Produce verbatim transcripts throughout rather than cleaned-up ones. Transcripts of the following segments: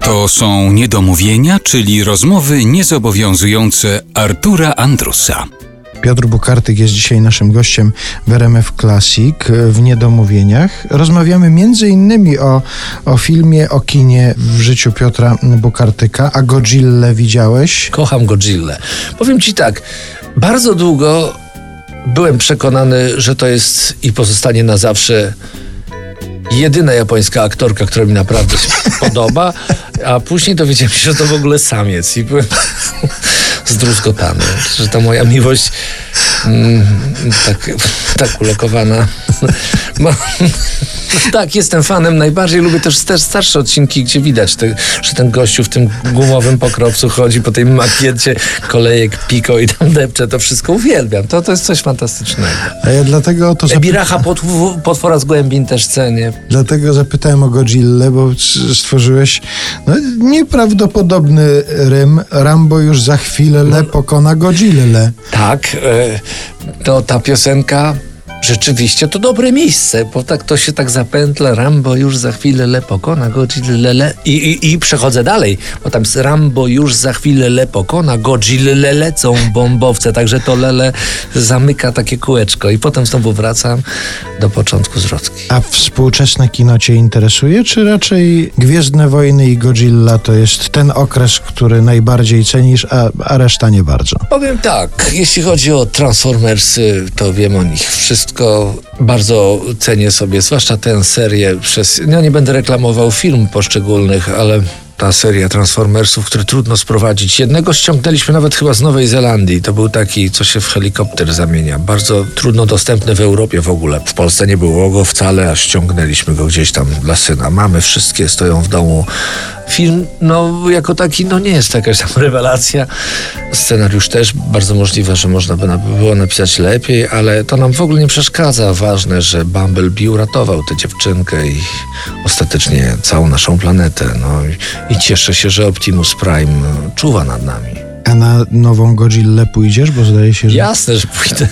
To są niedomówienia, czyli rozmowy niezobowiązujące Artura Andrusa. Piotr Bukartyk jest dzisiaj naszym gościem w R M F Classic w Niedomówieniach. Rozmawiamy między innymi o, o filmie, o kinie w życiu Piotra Bukartyka. A Godzillę widziałeś? Kocham Godzillę. Powiem ci tak, bardzo długo byłem przekonany, że to jest i pozostanie na zawsze jedyna japońska aktorka, która mi naprawdę się podoba, a później dowiedziałem się, że to w ogóle samiec i byłem zdruzgotany, że ta moja miłość mm, tak, tak ulokowana. Bo, tak, jestem fanem, najbardziej lubię też, też starsze odcinki, gdzie widać, te, że ten gościu w tym gumowym pokrowcu chodzi po tej makiecie kolejek Pico i tam depcze, to wszystko uwielbiam, to, to jest coś fantastycznego. A ja dlatego to zapyta... Biracha potw- potwora z głębin też cenię. Dlatego zapytałem o Godzillę, bo stworzyłeś no, nieprawdopodobny rym. Rambo już za chwilę le pokona Godzillę. Tak, e, to ta piosenka rzeczywiście to dobre miejsce, bo tak to się tak zapętla. Rambo już za chwilę le pokona Godzillę le. I, i, I przechodzę dalej, bo tam jest Rambo już za chwilę le pokona Godzillę lecą bombowce, także to lele zamyka takie kółeczko i potem znowu wracam do początku zwrotki. A współczesne kino cię interesuje, czy raczej Gwiezdne Wojny i Godzilla to jest ten okres, który najbardziej cenisz, a, a reszta nie bardzo? Powiem tak, jeśli chodzi o Transformersy, to wiem o nich wszystko. Bardzo cenię sobie, zwłaszcza tę serię przez... No nie będę reklamował film poszczególnych, ale ta seria Transformersów, które trudno sprowadzić. Jednego ściągnęliśmy nawet chyba z Nowej Zelandii. To był taki, co się w helikopter zamienia. Bardzo trudno dostępny w Europie w ogóle. W Polsce nie było go wcale, a ściągnęliśmy go gdzieś tam dla syna. Mamy wszystkie, stoją w domu. Film, no jako taki, no nie jest to jakaś tam rewelacja. Scenariusz też bardzo możliwe, że można by było napisać lepiej, ale to nam w ogóle nie przeszkadza. Ważne, że Bumblebee uratował tę dziewczynkę i ostatecznie całą naszą planetę. No i, i cieszę się, że Optimus Prime czuwa nad nami. A na nową Godzillę pójdziesz? Bo zdaje się, że... Jasne, że pójdę.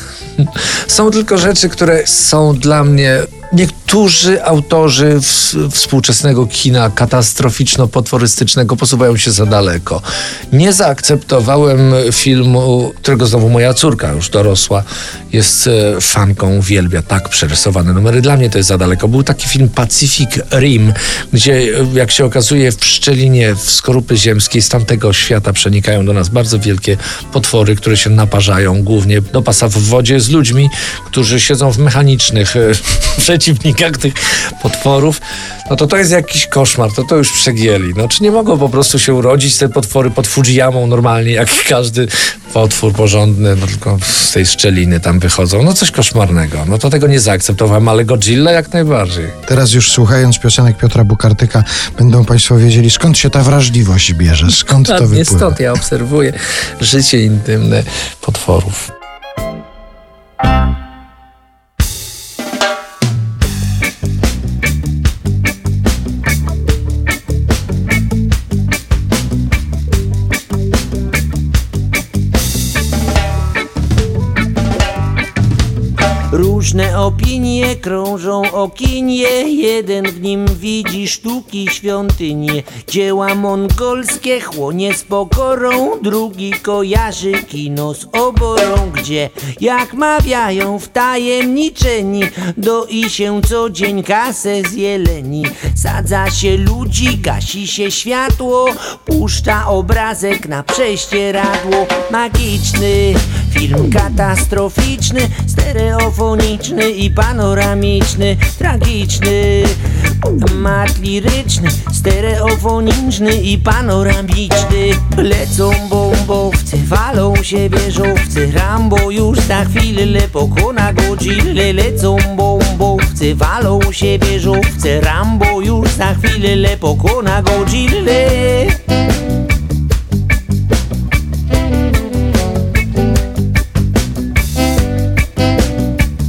Są tylko rzeczy, które są dla mnie... Niektórzy autorzy w, współczesnego kina katastroficzno-potworystycznego posuwają się za daleko. Nie zaakceptowałem filmu, którego znowu moja córka, już dorosła, jest fanką, uwielbia tak przerysowane numery. Dla mnie to jest za daleko. Był taki film Pacific Rim, gdzie, jak się okazuje, w szczelinie w skorupy ziemskiej z tamtego świata przenikają do nas bardzo wielkie potwory, które się naparzają głównie do pasa w wodzie z ludźmi, którzy siedzą w mechanicznych przeciwnikach tych potworów, no to to jest jakiś koszmar, to to już przegięli. No czy nie mogą po prostu się urodzić te potwory pod Fujiyamą normalnie, jak każdy potwór porządny, no tylko z tej szczeliny tam wychodzą. No coś koszmarnego. No to tego nie zaakceptowałem, ale Godzilla jak najbardziej. Teraz już słuchając piosenek Piotra Bukartyka będą państwo wiedzieli, skąd się ta wrażliwość bierze, skąd to wypływa. Nie stąd, ja obserwuję życie intymne potworów. Różne opinie krążą o kinie, jeden w nim widzi sztuki świątynie. Dzieła mongolskie chłonie z pokorą, drugi kojarzy kino z oborą, gdzie, jak mawiają wtajemniczeni, doi się co dzień kasę z jeleni. Sadza się ludzi, gasi się światło, puszcza obrazek na prześcieradło. Magiczny film katastroficzny, stereofoniczny i panoramiczny, tragiczny, mat liryczny, stereofoniczny i panoramiczny. Lecą bombowcy, walą się wieżowcy, Rambo już za chwilę pokona Godzillę. Lecą bombowcy, walą się wieżowcy, Rambo już za chwilę pokona Godzillę.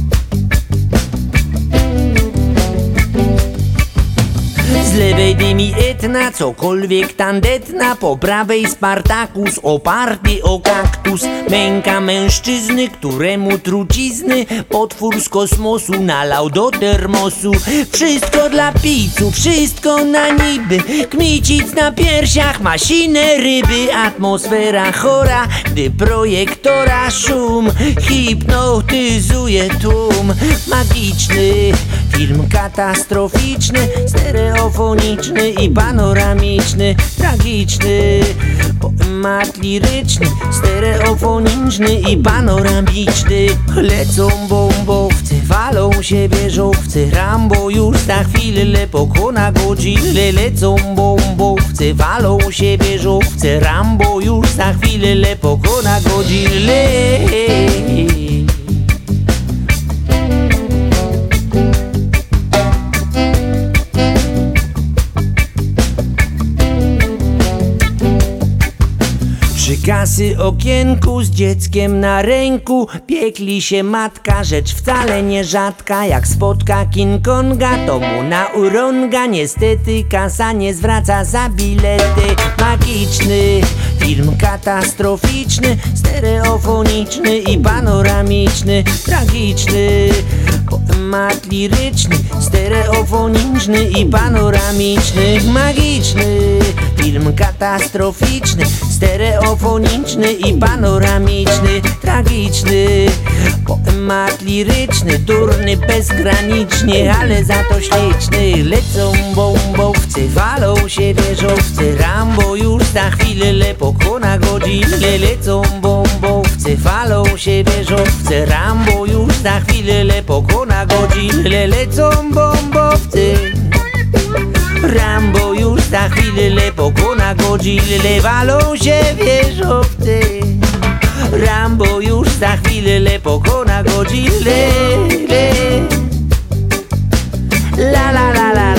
Z lewej dymi Etna, cokolwiek tandetna, po prawej Spartakus oparty o kaktus. Męka mężczyzny, któremu trucizny potwór z kosmosu nalał do termosu. Wszystko dla pizzu, wszystko na niby, kmicic na piersiach, masiny ryby. Atmosfera chora, gdy projektora szum hipnotyzuje tłum. Magiczny film katastroficzny, stereofoniczny i panoramiczny. Tragiczny poemat liryczny, stereofoniczny i panoramiczny. Lecą bombowcy, walą się wieżowcy, Rambo już za chwilę pokona Godzillę. Lecą bombowcy, walą się wieżowcy, Rambo już za chwilę pokona Godzillę. Przy kasy okienku z dzieckiem na ręku piekli się matka, rzecz wcale nie rzadka. Jak spotka King Konga, to mu na urąga. Niestety kasa nie zwraca za bilety. Magiczny film katastroficzny, stereofoniczny i panoramiczny. Tragiczny poemat liryczny, stereofoniczny i panoramiczny. Magiczny film katastroficzny, stereofoniczny i panoramiczny. Tragiczny poemat liryczny, durny bezgranicznie, ale za to śliczny. Lecą bombowcy, walą się wieżowcy, Rambo już za chwilę pokona Godzillę. Lecą bombowcy, walą się wieżowcy, Rambo już za chwilę pokona Godzillę. Lecą bombowcy, Rambo już za chwilę pokona Godzillę. Walą się wieżowcy, Rambo już za chwilę pokona Godzillę. La la la la.